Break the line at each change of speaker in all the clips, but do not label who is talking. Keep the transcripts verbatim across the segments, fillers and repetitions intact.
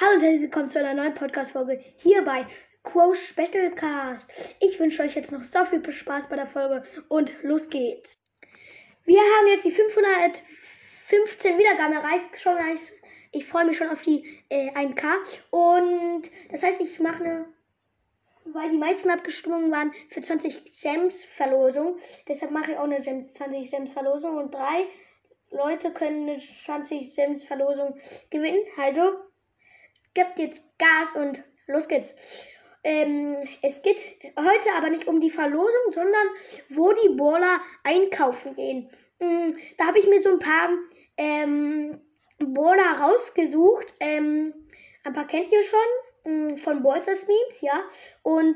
Hallo und herzlich willkommen zu einer neuen Podcast-Folge hier bei Quo Specialcast. Ich wünsche euch jetzt noch so viel Spaß bei der Folge und los geht's. Wir haben jetzt die fünfhundertfünfzehn Wiedergaben erreicht. Schon nice. Ich freue mich schon auf die äh, ein K. Und das heißt, ich mache eine, weil die meisten abgestimmt waren für zwanzig Gems Verlosung. Deshalb mache ich auch eine zwanzig Gems Verlosung und drei Leute können eine zwanzig Gems Verlosung gewinnen. Also gebt jetzt Gas und los geht's. Ähm, es geht heute aber nicht um die Verlosung, sondern wo die Baller einkaufen gehen. Ähm, da habe ich mir so ein paar ähm, Baller rausgesucht. Ähm, ein paar kennt ihr schon ähm, von Ballstars Memes, ja. Und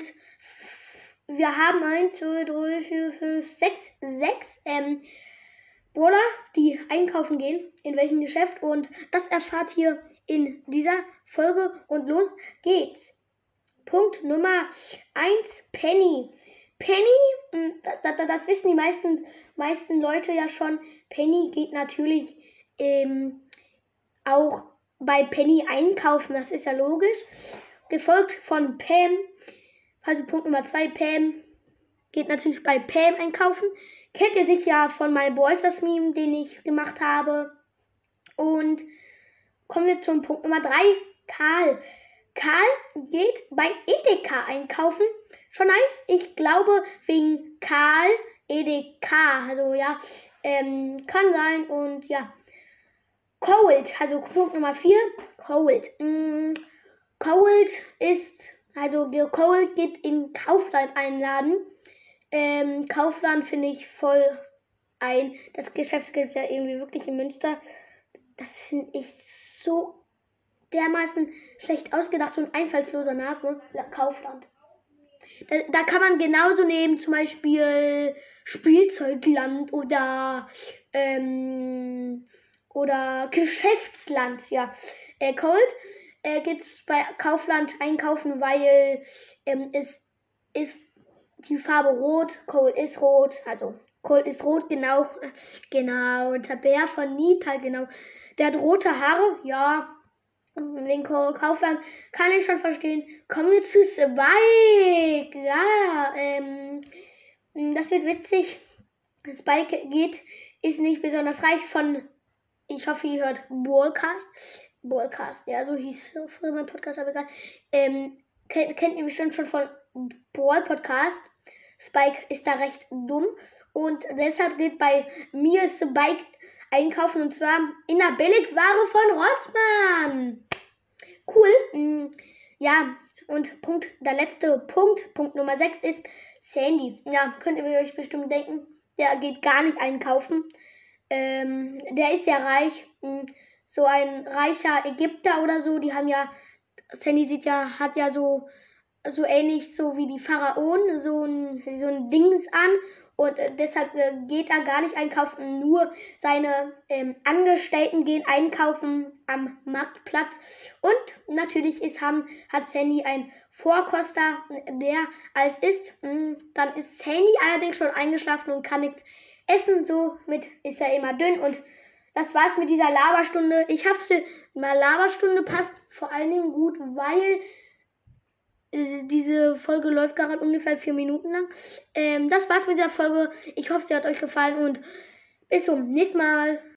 wir haben eins, zwei, drei, vier, fünf, sechs, sechs ähm, Baller, die einkaufen gehen, in welchem Geschäft. Und das erfahrt ihr in dieser Folge und los geht's. Punkt Nummer eins, Penny. Penny, das, das wissen die meisten, meisten Leute ja schon, Penny geht natürlich ähm, auch bei Penny einkaufen, das ist ja logisch. Gefolgt von Pam, also Punkt Nummer zwei, Pam geht natürlich bei Pam einkaufen. Kennt ihr sich ja von meinem Ballstars Meme, den ich gemacht habe. Und kommen wir zum Punkt Nummer drei, Karl. Karl geht bei Edeka einkaufen. Schon nice. Ich glaube wegen Karl Edeka. Also ja, ähm, kann sein. Und ja, Cold. Also Punkt Nummer vier, Cold. Mm, Cold ist, also Cold geht in Kaufland einladen. Ähm, Kaufland finde ich voll ein. Das Geschäft gibt es ja irgendwie wirklich in Münster. Das finde ich so dermaßen schlecht ausgedacht, so ein einfallsloser Name. Ja, Kaufland. Da, da kann man genauso nehmen, zum Beispiel Spielzeugland oder ähm, oder Geschäftsland, ja. Äh, Cold äh, geht bei Kaufland einkaufen, weil ähm, es ist die Farbe rot, Cold ist rot, also Cold ist rot, genau, genau, und der Bär von Nita, genau. Der hat rote Haare, ja, wegen Kaufland kann ich schon verstehen. Kommen wir zu Spike, ja, ähm, das wird witzig. Spike geht, ist nicht besonders reich von, ich hoffe, ihr hört Ballcast, Ballcast, ja, so hieß früher mein Podcast, aber egal, ähm, kennt, kennt ihr bestimmt schon von Ball Podcast. Spike ist da recht dumm und deshalb geht bei mir Spike einkaufen und zwar in der Billigware von Rossmann. Cool. Mm, ja, und Punkt, der letzte Punkt, Punkt Nummer sechs ist Sandy. Ja, könnt ihr euch bestimmt denken, der geht gar nicht einkaufen. Ähm, der ist ja reich. So ein reicher Ägypter oder so, die haben ja, Sandy sieht ja, hat ja so so ähnlich so wie die Pharaonen, so ein, so ein Dings an und äh, deshalb äh, geht er gar nicht einkaufen, nur seine ähm, Angestellten gehen einkaufen am Marktplatz und natürlich ist, haben, hat Sandy ein Vorkoster, der als ist, mh, dann ist Sandy allerdings schon eingeschlafen und kann nichts essen, somit ist er immer dünn und das war's mit dieser Laberstunde. Ich hoffe, mal Laberstunde passt vor allen Dingen gut, weil diese Folge läuft gerade ungefähr vier Minuten lang. Ähm, das war's mit dieser Folge. Ich hoffe, sie hat euch gefallen und bis zum nächsten Mal.